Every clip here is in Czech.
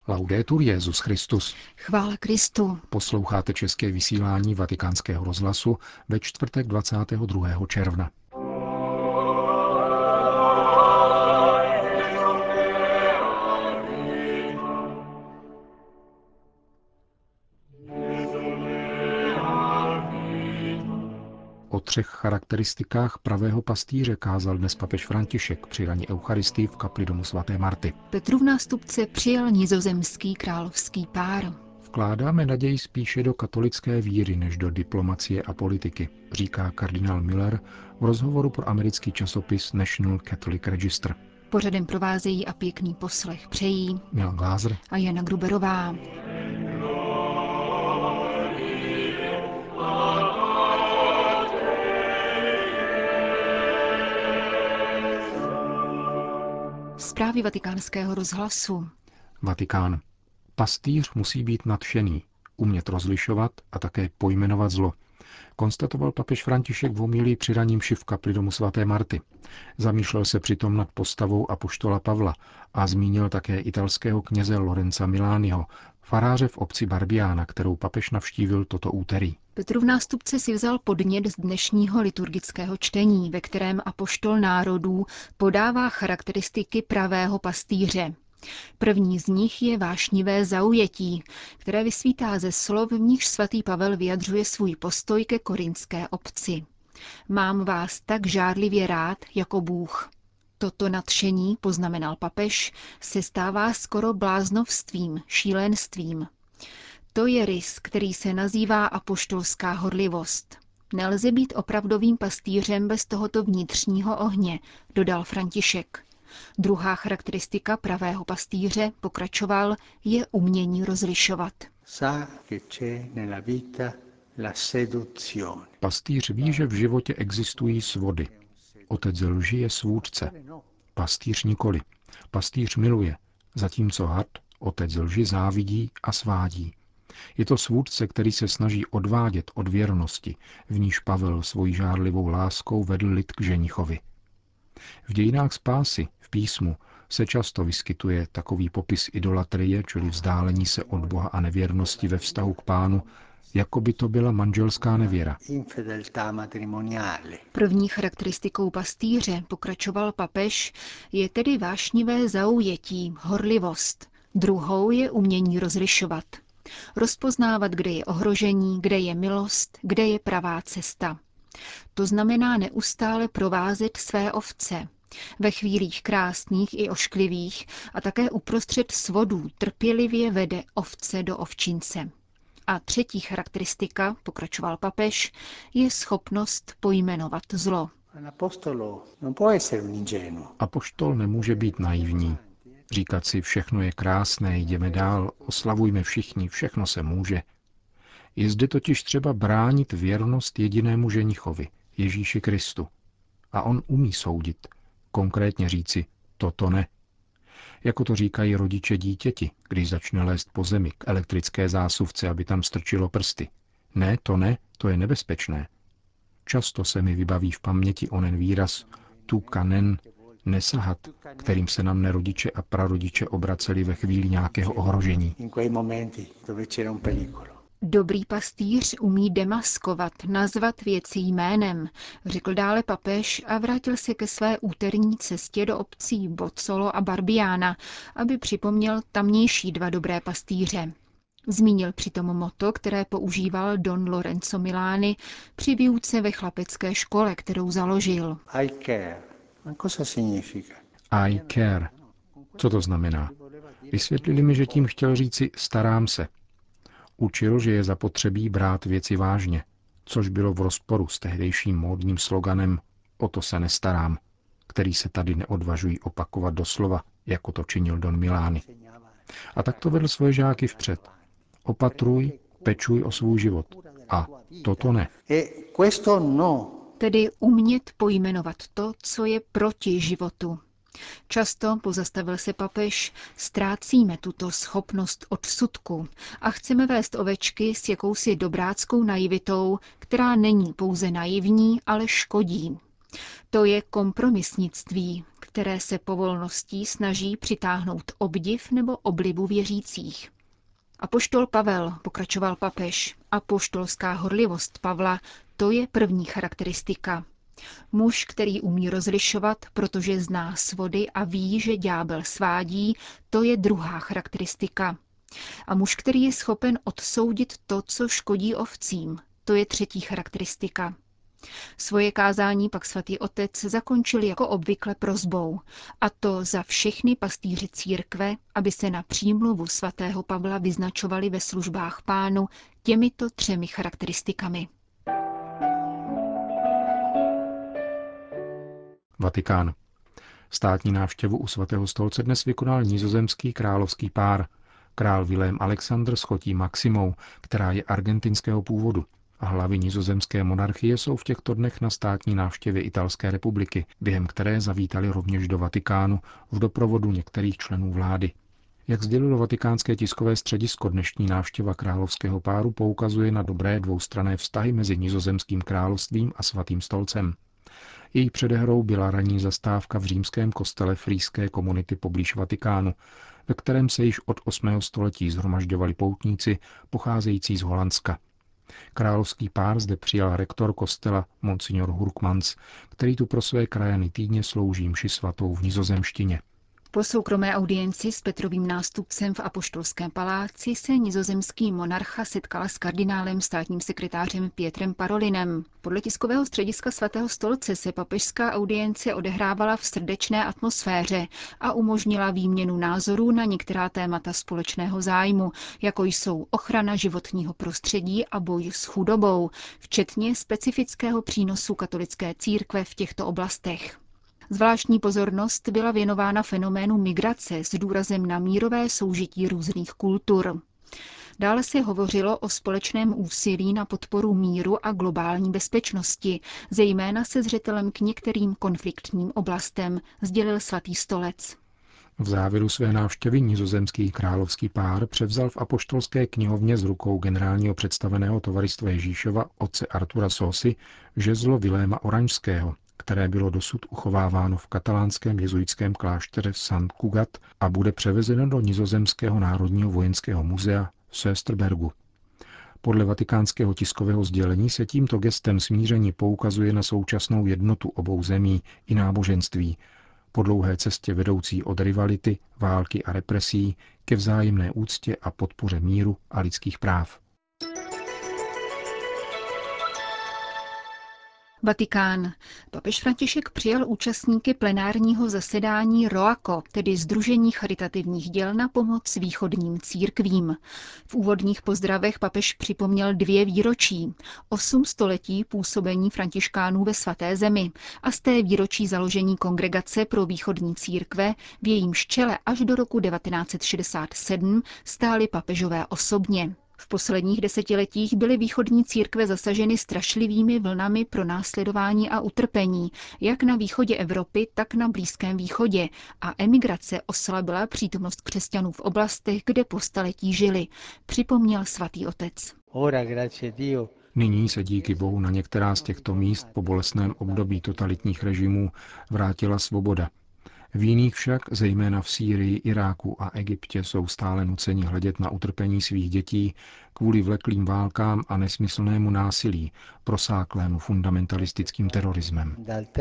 Laudetur Jesus Christus. Chvála Kristu. Posloucháte české vysílání Vatikánského rozhlasu ve čtvrtek 22. června. O 3 charakteristikách pravého pastýře kázal dnes papež František při raní eucharistii v kapli domu svaté Marty. Petrův nástupce přijal nizozemský královský pár. Vkládáme naději spíše do katolické víry než do diplomacie a politiky, říká kardinál Miller v rozhovoru pro americký časopis National Catholic Register. Pořadem provázejí a pěkný poslech přejí Milan Glázer a Jana Gruberová. Zprávy Vatikánského rozhlasu. Vatikán. Pastýř musí být nadšený, umět rozlišovat a také pojmenovat zlo, konstatoval papež František v homilii při raní mši v kapli domu svaté Marty. Zamýšlel se přitom nad postavou apoštola Pavla a zmínil také italského kněze Lorenza Milaniho, faráře v obci Barbiana, kterou papež navštívil toto úterý. Petrův nástupce si vzal podnět z dnešního liturgického čtení, ve kterém apoštol národů podává charakteristiky pravého pastýře. První z nich je vášnivé zaujetí, které vysvítá ze slov, v nichž svatý Pavel vyjadřuje svůj postoj ke korintské obci. Mám vás tak žárlivě rád jako Bůh. Toto nadšení, poznamenal papež, se stává skoro bláznovstvím, šílenstvím. To je rys, který se nazývá apoštolská horlivost. Nelze být opravdovým pastýřem bez tohoto vnitřního ohně, dodal František. Druhá charakteristika pravého pastýře, pokračoval, je umění rozlišovat. Pastýř ví, že v životě existují svody. Otec lži je svůdce. Pastýř nikoli. Pastýř miluje, zatímco had, otec lži, závidí a svádí. Je to svůdce, který se snaží odvádět od věrnosti, v níž Pavel svojí žárlivou láskou vedl lid k ženichovi. V dějinách spásy, v písmu, se často vyskytuje takový popis idolatrie, čili vzdálení se od Boha a nevěrnosti ve vztahu k Pánu, jako by to byla manželská nevěra. První charakteristikou pastýře, pokračoval papež, je tedy vášnivé zaujetí, horlivost. Druhou je umění rozlišovat. Rozpoznávat, kde je ohrožení, kde je milost, kde je pravá cesta. To znamená neustále provázet své ovce. Ve chvílích krásných i ošklivých a také uprostřed svodů trpělivě vede ovce do ovčince. A třetí charakteristika, pokračoval papež, je schopnost pojmenovat zlo. Apoštol nemůže být naivní. Říkat si, všechno je krásné, jdeme dál, oslavujme všichni, všechno se může. Je zde totiž třeba bránit věrnost jedinému ženichovi, Ježíši Kristu. A on umí soudit, konkrétně říci, toto ne. Jako to říkají rodiče dítěti, když začne lézt po zemi k elektrické zásuvce, aby tam strčilo prsty. Ne, to je nebezpečné. Často se mi vybaví v paměti onen výraz tu kanen, nesahat, kterým se na mne rodiče a prarodiče obraceli ve chvíli nějakého ohrožení. Dobrý pastýř umí demaskovat, nazvat věci jménem, řekl dále papež a vrátil se ke své úterní cestě do obcí Bozzolo a Barbiana, aby připomněl tamnější 2 dobré pastýře. Zmínil přitom motto, které používal don Lorenzo Milani při výuce ve chlapecké škole, kterou založil. I care. Co to znamená? Vysvětlili mi, že tím chtěl říci starám se. Učil, že je zapotřebí brát věci vážně, což bylo v rozporu s tehdejším módním sloganem o to se nestarám, který se tady neodvažují opakovat doslova, jako to činil don Milani. A tak to vedl svoje žáky vpřed. Opatruj, pečuj o svůj život. A toto ne. Tedy umět pojmenovat to, co je proti životu. Často, pozastavil se papež, ztrácíme tuto schopnost odsudku a chceme vést ovečky s jakousi dobráckou naivitou, která není pouze naivní, ale škodí. To je kompromisnictví, které se povolností snaží přitáhnout obdiv nebo oblibu věřících. Apoštol Pavel, pokračoval papež, apoštolská horlivost Pavla, to je první charakteristika. Muž, který umí rozlišovat, protože zná svody a ví, že ďábel svádí, to je druhá charakteristika. A muž, který je schopen odsoudit to, co škodí ovcím, to je třetí charakteristika. Svoje kázání pak svatý otec zakončil jako obvykle prosbou, a to za všechny pastýře církve, aby se na přímluvu svatého Pavla vyznačovali ve službách Pánu těmito třemi charakteristikami. Vatikán. Státní návštěvu u svatého stolce dnes vykonal nizozemský královský pár. Král Vilém Alexandr s chotí Maximou, která je argentinského původu. A hlavy nizozemské monarchie jsou v těchto dnech na státní návštěvě Italské republiky, během které zavítali rovněž do Vatikánu v doprovodu některých členů vlády. Jak sdělilo vatikánské tiskové středisko, dnešní návštěva královského páru poukazuje na dobré dvoustranné vztahy mezi nizozemským královstvím a svatým stolcem. Její předehrou byla ranní zastávka v římském kostele frýské komunity poblíž Vatikánu, ve kterém se již od 8. století shromažďovali poutníci pocházející z Holandska. Královský pár zde přijal rektor kostela Monsignor Hurkmans, který tu pro své krajany týdně slouží mši svatou v nizozemštině. Po soukromé audienci s Petrovým nástupcem v Apoštolském paláci se nizozemský monarcha setkala s kardinálem státním sekretářem Pietrem Parolinem. Podle tiskového střediska svatého stolce se papežská audience odehrávala v srdečné atmosféře a umožnila výměnu názorů na některá témata společného zájmu, jako jsou ochrana životního prostředí a boj s chudobou, včetně specifického přínosu katolické církve v těchto oblastech. Zvláštní pozornost byla věnována fenoménu migrace s důrazem na mírové soužití různých kultur. Dále se hovořilo o společném úsilí na podporu míru a globální bezpečnosti, zejména se zřetelem k některým konfliktním oblastem, sdělil svatý stolec. V závěru své návštěvy nizozemský královský pár převzal v apoštolské knihovně z rukou generálního představeného tovaristva Ježíšova otce Artura Sosy žezlo Viléma Oranžského, které bylo dosud uchováváno v katalánském jezuitském klášteře v Sant Cugat a bude převezeno do nizozemského národního vojenského muzea v Sösterbergu. Podle vatikánského tiskového sdělení se tímto gestem smíření poukazuje na současnou jednotu obou zemí i náboženství, po dlouhé cestě vedoucí od rivality, války a represí ke vzájemné úctě a podpoře míru a lidských práv. Vatikán. Papež František přijal účastníky plenárního zasedání ROACO, tedy Sdružení charitativních děl na pomoc východním církvím. V úvodních pozdravech papež připomněl 2 výročí. 8 století působení františkánů ve svaté zemi a z té výročí založení Kongregace pro východní církve, v jejímž čele až do roku 1967 stáli papežové osobně. V posledních desetiletích byly východní církve zasaženy strašlivými vlnami pronásledování a utrpení, jak na východě Evropy, tak na Blízkém východě, a emigrace oslabila přítomnost křesťanů v oblastech, kde po staletí žili, připomněl svatý otec. Nyní se díky Bohu na některá z těchto míst po bolestném období totalitních režimů vrátila svoboda. V jiných však, zejména v Sýrii, Iráku a Egyptě, jsou stále nuceni hledět na utrpení svých dětí kvůli vleklým válkám a nesmyslnému násilí, prosáklému fundamentalistickým terorismem.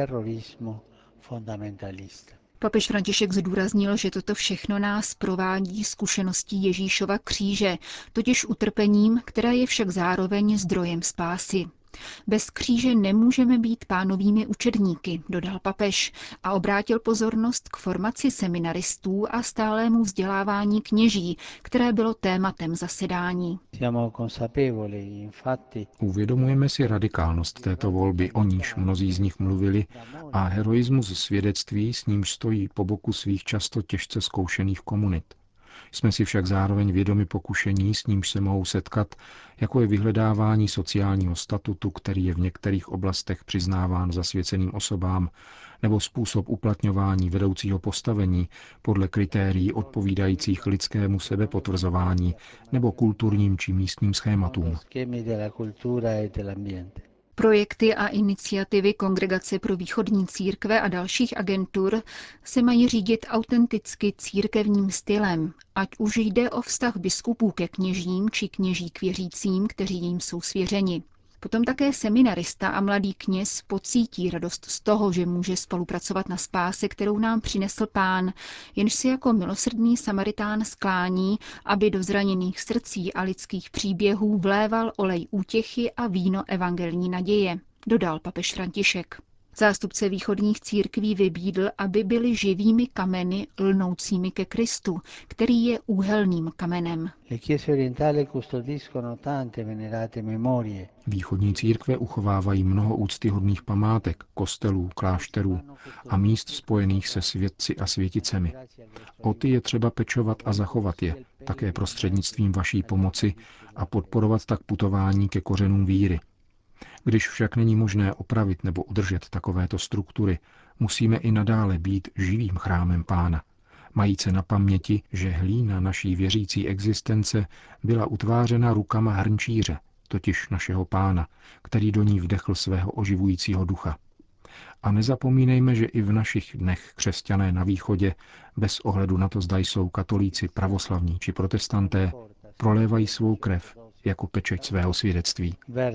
Papež František zdůraznil, že toto všechno nás provádí zkušeností Ježíšova kříže, totiž utrpením, které je však zároveň zdrojem spásy. Bez kříže nemůžeme být Pánovými učedníky, dodal papež a obrátil pozornost k formaci seminaristů a stálému vzdělávání kněží, které bylo tématem zasedání. Uvědomujeme si radikálnost této volby, o níž mnozí z nich mluvili, a heroismus svědectví, s nímž stojí po boku svých často těžce zkoušených komunit. Jsme si však zároveň vědomi pokušení, s nímž se mohou setkat, jako je vyhledávání sociálního statutu, který je v některých oblastech přiznáván zasvěceným osobám, nebo způsob uplatňování vedoucího postavení podle kritérií odpovídajících lidskému sebepotvrzování nebo kulturním či místním schématům. Projekty a iniciativy Kongregace pro východní církve a dalších agentur se mají řídit autenticky církevním stylem, ať už jde o vztah biskupů ke kněžím či kněží k věřícím, kteří jim jsou svěřeni. Potom také seminarista a mladý kněz pocítí radost z toho, že může spolupracovat na spáse, kterou nám přinesl Pán, jenž se jako milosrdný Samaritán sklání, aby do zraněných srdcí a lidských příběhů vléval olej útěchy a víno evangelní naděje, dodal papež František. Zástupce východních církví vybídl, aby byli živými kameny lnoucími ke Kristu, který je úhelným kamenem. Východní církve uchovávají mnoho úctyhodných památek, kostelů, klášterů a míst spojených se světci a světicemi. O ty je třeba pečovat a zachovat je, také prostřednictvím vaší pomoci a podporovat tak putování ke kořenům víry. Když však není možné opravit nebo udržet takovéto struktury, musíme i nadále být živým chrámem Pána, majíce na paměti, že hlína naší věřící existence byla utvářena rukama hrnčíře, totiž našeho Pána, který do ní vdechl svého oživujícího ducha. A nezapomínejme, že i v našich dnech křesťané na východě, bez ohledu na to, zda jsou katolíci, pravoslavní či protestanté, prolévají svou krev jako pečeť svého svědectví.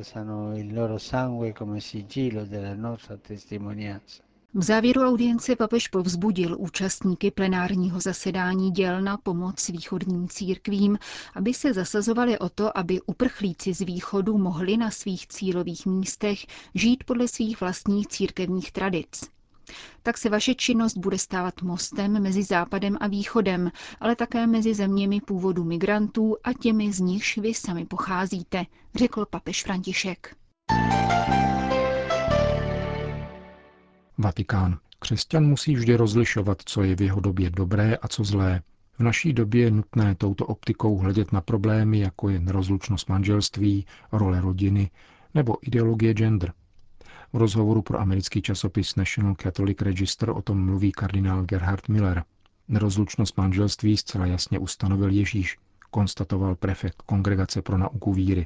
V závěru audience papež povzbudil účastníky plenárního zasedání děl na pomoc východním církvím, aby se zasazovali o to, aby uprchlíci z východu mohli na svých cílových místech žít podle svých vlastních církevních tradic. Tak se vaše činnost bude stávat mostem mezi Západem a Východem, ale také mezi zeměmi původu migrantů a těmi, z nichž vy sami pocházíte, řekl papež František. Vatikán. Křesťan musí vždy rozlišovat, co je v jeho době dobré a co zlé. V naší době je nutné touto optikou hledět na problémy, jako je nerozlučnost manželství, role rodiny nebo ideologie gender. V rozhovoru pro americký časopis National Catholic Register o tom mluví kardinál Gerhard Miller. Nerozlučnost manželství zcela jasně ustanovil Ježíš, konstatoval prefekt Kongregace pro nauku víry.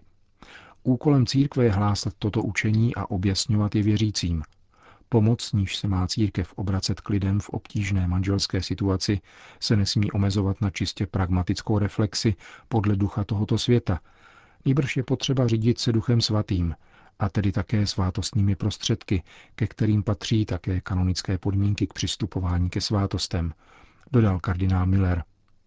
Úkolem církve je hlásat toto učení a objasňovat je věřícím. Pomoc, níž se má církev obracet k lidem v obtížné manželské situaci, se nesmí omezovat na čistě pragmatickou reflexi podle ducha tohoto světa. Nýbrž je potřeba řídit se Duchem svatým, a tedy také svátostnými prostředky, ke kterým patří také kanonické podmínky k přistupování ke svátostem, dodal kardinál Miller.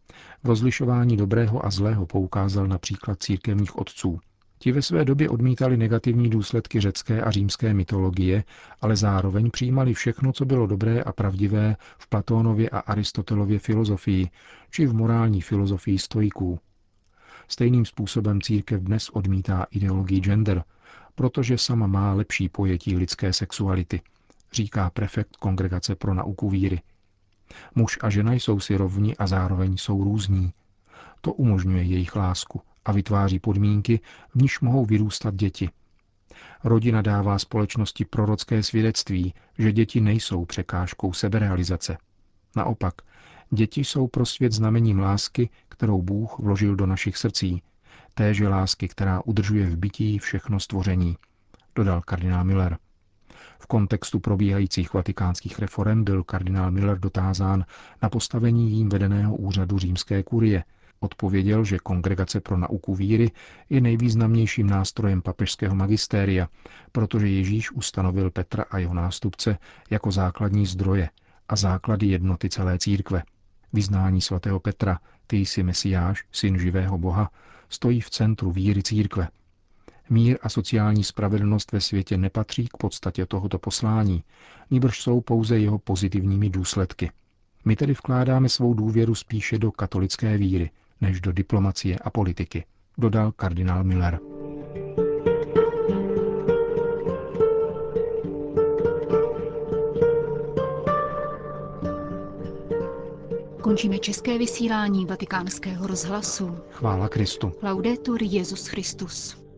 V rozlišování dobrého a zlého poukázal na příklad církevních otců. Ti ve své době odmítali negativní důsledky řecké a římské mytologie, ale zároveň přijímali všechno, co bylo dobré a pravdivé v Platónově a Aristotelově filozofii, či v morální filozofii stoiků. Stejným způsobem církev dnes odmítá ideologii gender, protože sama má lepší pojetí lidské sexuality, říká prefekt Kongregace pro nauku víry. Muž a žena jsou si rovni a zároveň jsou různí. To umožňuje jejich lásku a vytváří podmínky, v níž mohou vyrůstat děti. Rodina dává společnosti prorocké svědectví, že děti nejsou překážkou seberealizace. Naopak, děti jsou pro svět znamením lásky, kterou Bůh vložil do našich srdcí, téže lásky, která udržuje v bytí všechno stvoření, dodal kardinál Miller. V kontextu probíhajících vatikánských reforem byl kardinál Miller dotázán na postavení jím vedeného úřadu římské kurie. Odpověděl, že Kongregace pro nauku víry je nejvýznamnějším nástrojem papežského magistéria, protože Ježíš ustanovil Petra a jeho nástupce jako základní zdroje a základy jednoty celé církve. Vyznání svatého Petra, ty jsi Mesiáš, syn živého Boha, stojí v centru víry církve. Mír a sociální spravedlnost ve světě nepatří k podstatě tohoto poslání, nýbrž jsou pouze jeho pozitivními důsledky. My tedy vkládáme svou důvěru spíše do katolické víry, než do diplomacie a politiky, dodal kardinál Miller. Končíme české vysílání Vatikánského rozhlasu. Chvála Kristu. Laudetur Jesus Christus.